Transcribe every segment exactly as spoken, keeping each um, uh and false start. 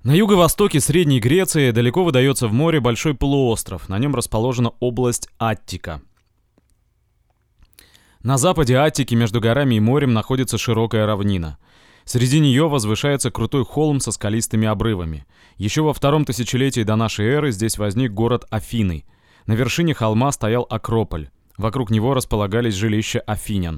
На юго-востоке Средней Греции далеко выдается в море большой полуостров. На нем расположена область Аттика. На западе Аттики между горами и морем находится широкая равнина. Среди нее возвышается крутой холм со скалистыми обрывами. Еще во втором тысячелетии до нашей эры здесь возник город Афины. На вершине холма стоял Акрополь. Вокруг него располагались жилища афинян.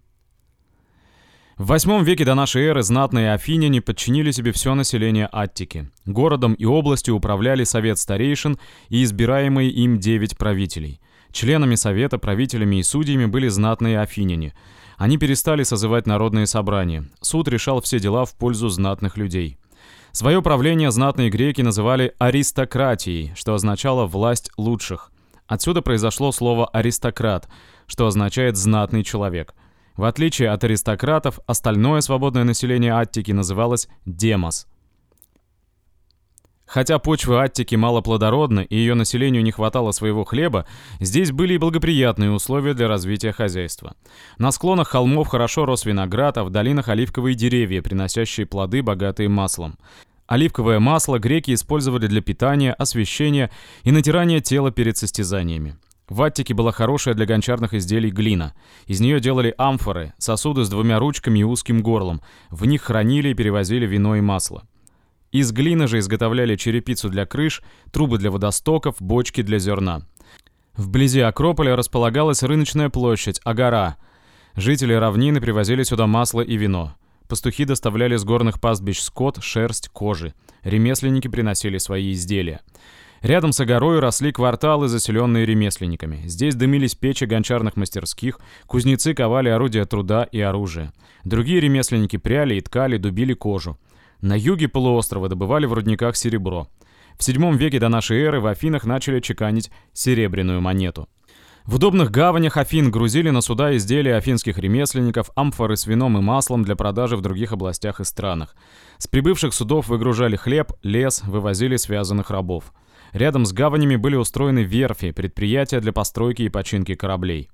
В восьмом веке до нашей эры знатные афиняне подчинили себе все население Аттики. Городом и областью управляли совет старейшин и избираемые им девять правителей. Членами совета, правителями и судьями были знатные афиняне. Они перестали созывать народные собрания. Суд решал все дела в пользу знатных людей. Свое правление знатные греки называли аристократией, что означало «власть лучших». Отсюда произошло слово «аристократ», что означает «знатный человек». В отличие от аристократов, остальное свободное население Аттики называлось демос. Хотя почва Аттики малоплодородна и ее населению не хватало своего хлеба, здесь были и благоприятные условия для развития хозяйства. На склонах холмов хорошо рос виноград, а в долинах оливковые деревья, приносящие плоды, богатые маслом. Оливковое масло греки использовали для питания, освещения и натирания тела перед состязаниями. В Аттике была хорошая для гончарных изделий глина. Из нее делали амфоры, сосуды с двумя ручками и узким горлом. В них хранили и перевозили вино и масло. Из глины же изготовляли черепицу для крыш, трубы для водостоков, бочки для зерна. Вблизи Акрополя располагалась рыночная площадь, Агора. Жители равнины привозили сюда масло и вино. Пастухи доставляли с горных пастбищ скот, шерсть, кожи. Ремесленники приносили свои изделия. Рядом с Агорой росли кварталы, заселенные ремесленниками. Здесь дымились печи гончарных мастерских, кузнецы ковали орудия труда и оружие. Другие ремесленники пряли и ткали, дубили кожу. На юге полуострова добывали в рудниках серебро. В седьмом веке до нашей эры в Афинах начали чеканить серебряную монету. В удобных гаванях Афин грузили на суда изделия афинских ремесленников, амфоры с вином и маслом для продажи в других областях и странах. С прибывших судов выгружали хлеб, лес, вывозили связанных рабов. Рядом с гаванями были устроены верфи, предприятия для постройки и починки кораблей.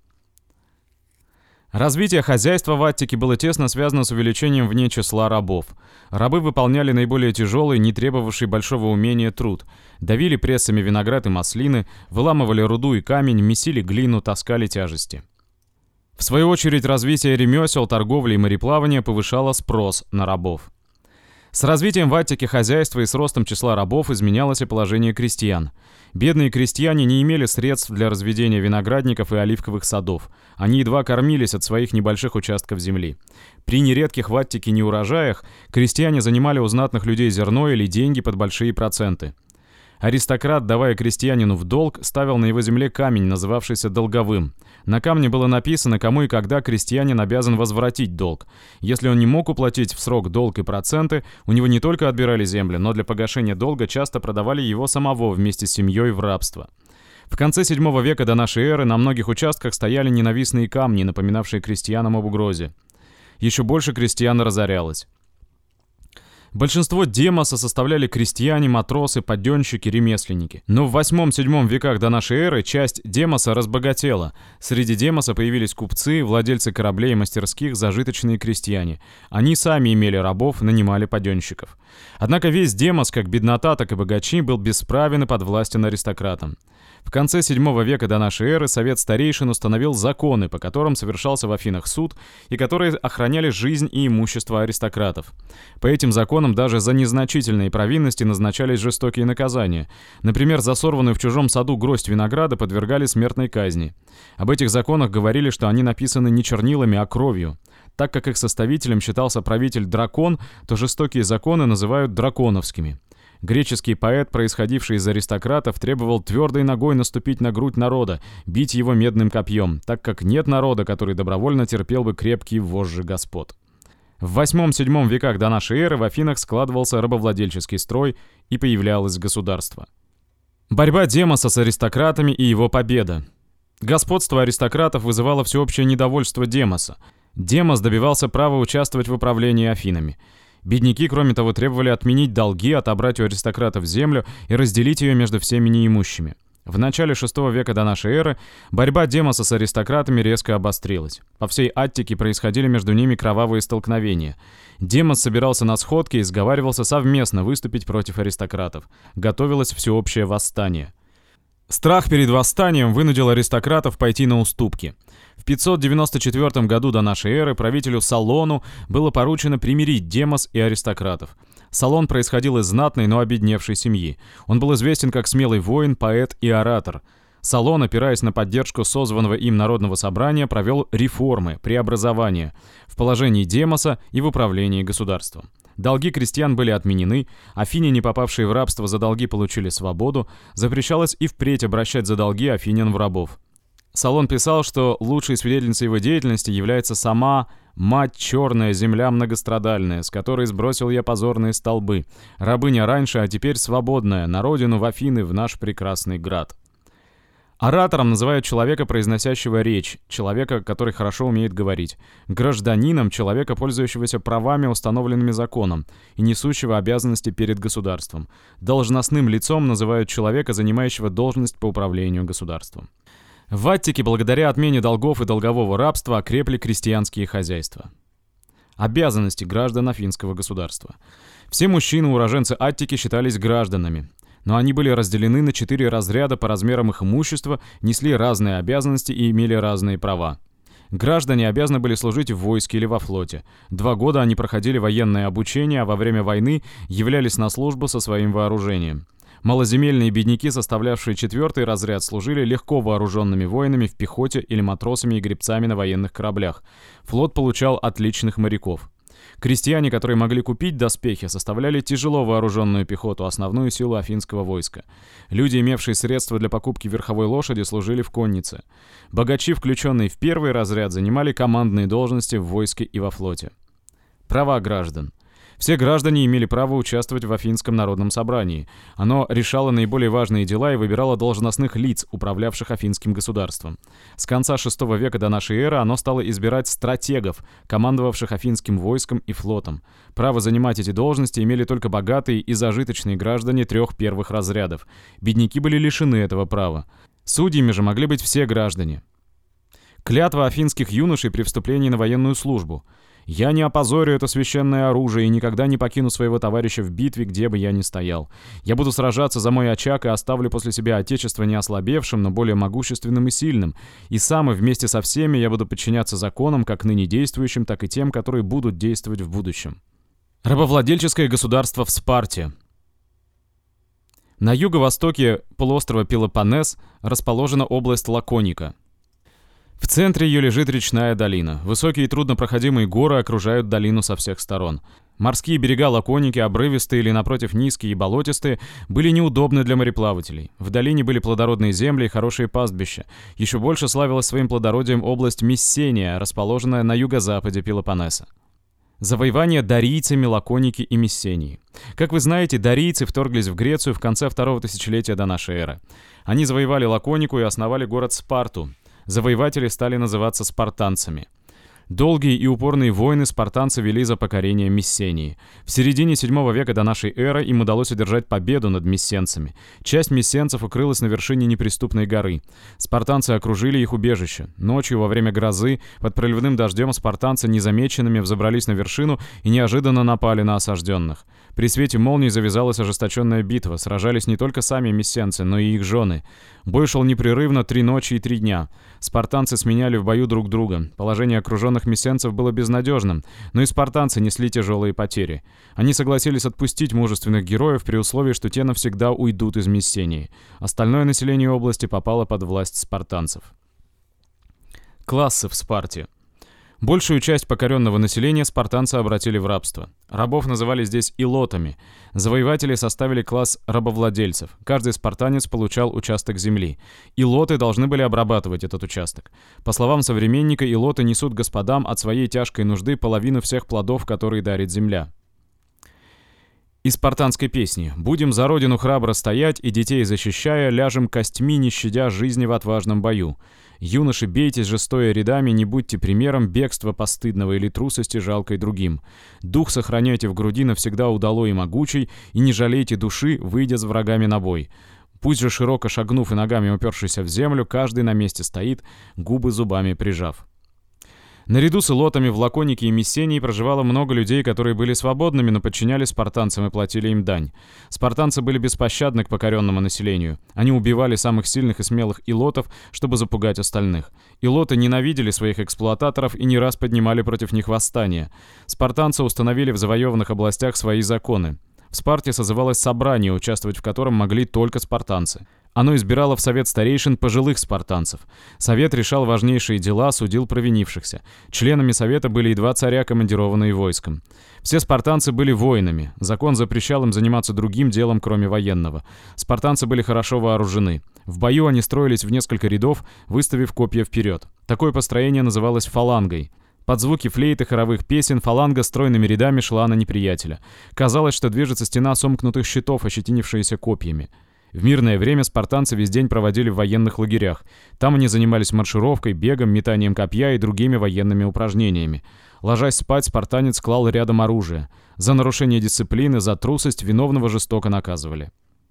Развитие хозяйства в Аттике было тесно связано с увеличением вне числа рабов. Рабы выполняли наиболее тяжелый, не требовавший большого умения труд. Давили прессами виноград и маслины, выламывали руду и камень, месили глину, таскали тяжести. В свою очередь, развитие ремесел, торговли и мореплавания повышало спрос на рабов. С развитием в Аттике хозяйства и с ростом числа рабов изменялось и положение крестьян. Бедные крестьяне не имели средств для разведения виноградников и оливковых садов. Они едва кормились от своих небольших участков земли. При нередких в Аттике неурожаях крестьяне занимали у знатных людей зерно или деньги под большие проценты. Аристократ, давая крестьянину в долг, ставил на его земле камень, называвшийся долговым. На камне было написано, кому и когда крестьянин обязан возвратить долг. Если он не мог уплатить в срок долг и проценты, у него не только отбирали земли, но для погашения долга часто продавали его самого вместе с семьей в рабство. В конце седьмого века до нашей эры на многих участках стояли ненавистные камни, напоминавшие крестьянам об угрозе. Еще больше крестьян разорялось. Большинство демоса составляли крестьяне, матросы, паденщики, ремесленники. Но в восьмом-седьмом веках до нашей эры часть демоса разбогатела. Среди демоса появились купцы, владельцы кораблей и мастерских, зажиточные крестьяне. Они сами имели рабов, нанимали паденщиков. Однако весь демос, как беднота, так и богачи, был бесправен и подвластен аристократам. В конце седьмого века до нашей эры совет старейшин установил законы, по которым совершался в Афинах суд, и которые охраняли жизнь и имущество аристократов. По этим законам даже за незначительные провинности назначались жестокие наказания. Например, за сорванную в чужом саду гроздь винограда подвергали смертной казни. Об этих законах говорили, что они написаны не чернилами, а кровью. Так как их составителем считался правитель Дракон, то жестокие законы называют драконовскими. Греческий поэт, происходивший из аристократов, требовал твердой ногой наступить на грудь народа, бить его медным копьем, так как нет народа, который добровольно терпел бы крепкие вожжи господ. В восьмом-седьмом веках до нашей эры в Афинах складывался рабовладельческий строй и появлялось государство. Борьба демоса с аристократами и его победа. Господство аристократов вызывало всеобщее недовольство демоса. Демос добивался права участвовать в управлении Афинами. Бедняки, кроме того, требовали отменить долги, отобрать у аристократов землю и разделить ее между всеми неимущими. В начале шестого века до нашей эры борьба Демоса с аристократами резко обострилась. По всей Аттике происходили между ними кровавые столкновения. Демос собирался на сходке и сговаривался совместно выступить против аристократов. Готовилось всеобщее восстание. Страх перед восстанием вынудил аристократов пойти на уступки. В пятьсот девяносто четвёртом году до нашей эры правителю Салону было поручено примирить Демос и аристократов. Салон происходил из знатной, но обедневшей семьи. Он был известен как смелый воин, поэт и оратор. Салон, опираясь на поддержку созванного им народного собрания, провел реформы, преобразования в положении Демоса и в управлении государством. Долги крестьян были отменены, афиняне, попавшие в рабство, за долги получили свободу, запрещалось и впредь обращать за долги афинян в рабов. Салон писал, что лучшей свидетельницей его деятельности является сама «Мать черная, земля многострадальная, с которой сбросил я позорные столбы, рабыня раньше, а теперь свободная, на родину, в Афины, в наш прекрасный град». Оратором называют человека, произносящего речь, человека, который хорошо умеет говорить. Гражданином — человека, пользующегося правами, установленными законом, и несущего обязанности перед государством. Должностным лицом называют человека, занимающего должность по управлению государством. В Аттике благодаря отмене долгов и долгового рабства окрепли крестьянские хозяйства. Обязанности граждан афинского государства. Все мужчины, уроженцы Аттики, считались гражданами, но они были разделены на четыре разряда по размерам их имущества, несли разные обязанности и имели разные права. Граждане обязаны были служить в войске или во флоте. Два года они проходили военное обучение, а во время войны являлись на службу со своим вооружением. Малоземельные бедняки, составлявшие четвертый разряд, служили легко вооруженными воинами в пехоте или матросами и гребцами на военных кораблях. Флот получал отличных моряков. Крестьяне, которые могли купить доспехи, составляли тяжело вооруженную пехоту, основную силу афинского войска. Люди, имевшие средства для покупки верховой лошади, служили в коннице. Богачи, включенные в первый разряд, занимали командные должности в войске и во флоте. Права граждан. Все граждане имели право участвовать в Афинском народном собрании. Оно решало наиболее важные дела и выбирало должностных лиц, управлявших афинским государством. С конца шестого века до нашей эры оно стало избирать стратегов, командовавших афинским войском и флотом. Право занимать эти должности имели только богатые и зажиточные граждане трех первых разрядов. Бедняки были лишены этого права. Судьями же могли быть все граждане. Клятва афинских юношей при вступлении на военную службу. «Я не опозорю это священное оружие и никогда не покину своего товарища в битве, где бы я ни стоял. Я буду сражаться за мой очаг и оставлю после себя отечество не ослабевшим, но более могущественным и сильным. И сам, и вместе со всеми я буду подчиняться законам, как ныне действующим, так и тем, которые будут действовать в будущем». Рабовладельческое государство в Спарте. На юго-востоке полуострова Пелопоннес расположена область Лаконика. В центре ее лежит речная долина. Высокие и труднопроходимые горы окружают долину со всех сторон. Морские берега Лаконики, обрывистые или, напротив, низкие и болотистые, были неудобны для мореплавателей. В долине были плодородные земли и хорошие пастбища. Еще больше славилась своим плодородием область Мессения, расположенная на юго-западе Пелопоннеса. Завоевание дарийцами Лаконики и Мессении. Как вы знаете, дарийцы вторглись в Грецию в конце второго тысячелетия до нашей эры. Они завоевали Лаконику и основали город Спарту. Завоеватели стали называться спартанцами. Долгие и упорные войны спартанцы вели за покорение Мессении. В середине седьмого века до нашей эры им удалось одержать победу над мессенцами. Часть мессенцев укрылась на вершине неприступной горы. Спартанцы окружили их убежище. Ночью, во время грозы, под проливным дождем спартанцы незамеченными взобрались на вершину и неожиданно напали на осажденных. При свете молний завязалась ожесточенная битва. Сражались не только сами мессенцы, но и их жены. Бой шел непрерывно три ночи и три дня. Спартанцы сменяли в бою друг друга. Положение окруженных мессенцев было безнадежным, но и спартанцы несли тяжелые потери. Они согласились отпустить мужественных героев при условии, что те навсегда уйдут из Мессении. Остальное население области попало под власть спартанцев. Классы в Спарте. Большую часть покоренного населения спартанцы обратили в рабство. Рабов называли здесь илотами. Завоеватели составили класс рабовладельцев. Каждый спартанец получал участок земли. Илоты должны были обрабатывать этот участок. По словам современника, илоты несут господам от своей тяжкой нужды половину всех плодов, которые дарит земля. Из спартанской песни: «Будем за родину храбро стоять, и детей защищая, ляжем костьми, не щадя жизни в отважном бою. Юноши, бейтесь же стоя рядами, не будьте примером бегства постыдного или трусости жалкой другим. Дух сохраняйте в груди навсегда удалой и могучий, и не жалейте души, выйдя с врагами на бой. Пусть же, широко шагнув и ногами упершись в землю, каждый на месте стоит, губы зубами прижав. Наряду с илотами в Лаконике и Мессении проживало много людей, которые были свободными, но подчинялись спартанцам и платили им дань. Спартанцы были беспощадны к покоренному населению. Они убивали самых сильных и смелых илотов, чтобы запугать остальных. Илоты ненавидели своих эксплуататоров и не раз поднимали против них восстания. Спартанцы установили в завоеванных областях свои законы. В Спарте созывалось собрание, участвовать в котором могли только спартанцы. Оно избирало в совет старейшин пожилых спартанцев. Совет решал важнейшие дела, судил провинившихся. Членами совета были и два царя, командированные войском. Все спартанцы были воинами. Закон запрещал им заниматься другим делом, кроме военного. Спартанцы были хорошо вооружены. В бою они строились в несколько рядов, выставив копья вперед. Такое построение называлось фалангой. Под звуки флейт и хоровых песен фаланга стройными рядами шла на неприятеля. Казалось, что движется стена сомкнутых щитов, ощетинившаяся копьями. В мирное время спартанцы весь день проводили в военных лагерях. Там они занимались маршировкой, бегом, метанием копья и другими военными упражнениями. Ложась спать, спартанец клал рядом оружие. За нарушение дисциплины, за трусость виновного жестоко наказывали.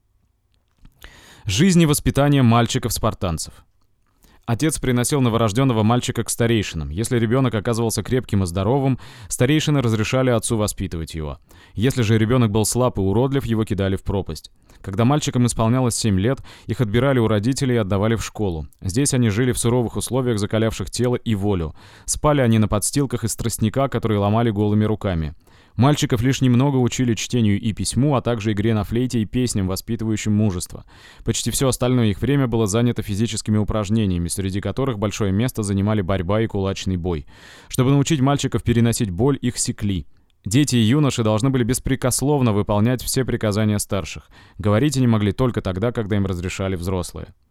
Жизнь и воспитание мальчиков-спартанцев. Отец приносил новорожденного мальчика к старейшинам. Если ребенок оказывался крепким и здоровым, старейшины разрешали отцу воспитывать его. Если же ребенок был слаб и уродлив, его кидали в пропасть. Когда мальчикам исполнялось семь лет, их отбирали у родителей и отдавали в школу. Здесь они жили в суровых условиях, закалявших тело и волю. Спали они на подстилках из тростника, которые ломали голыми руками. Мальчиков лишь немного учили чтению и письму, а также игре на флейте и песням, воспитывающим мужество. Почти все остальное их время было занято физическими упражнениями, среди которых большое место занимали борьба и кулачный бой. Чтобы научить мальчиков переносить боль, их секли. Дети и юноши должны были беспрекословно выполнять все приказания старших. Говорить они могли только тогда, когда им разрешали взрослые.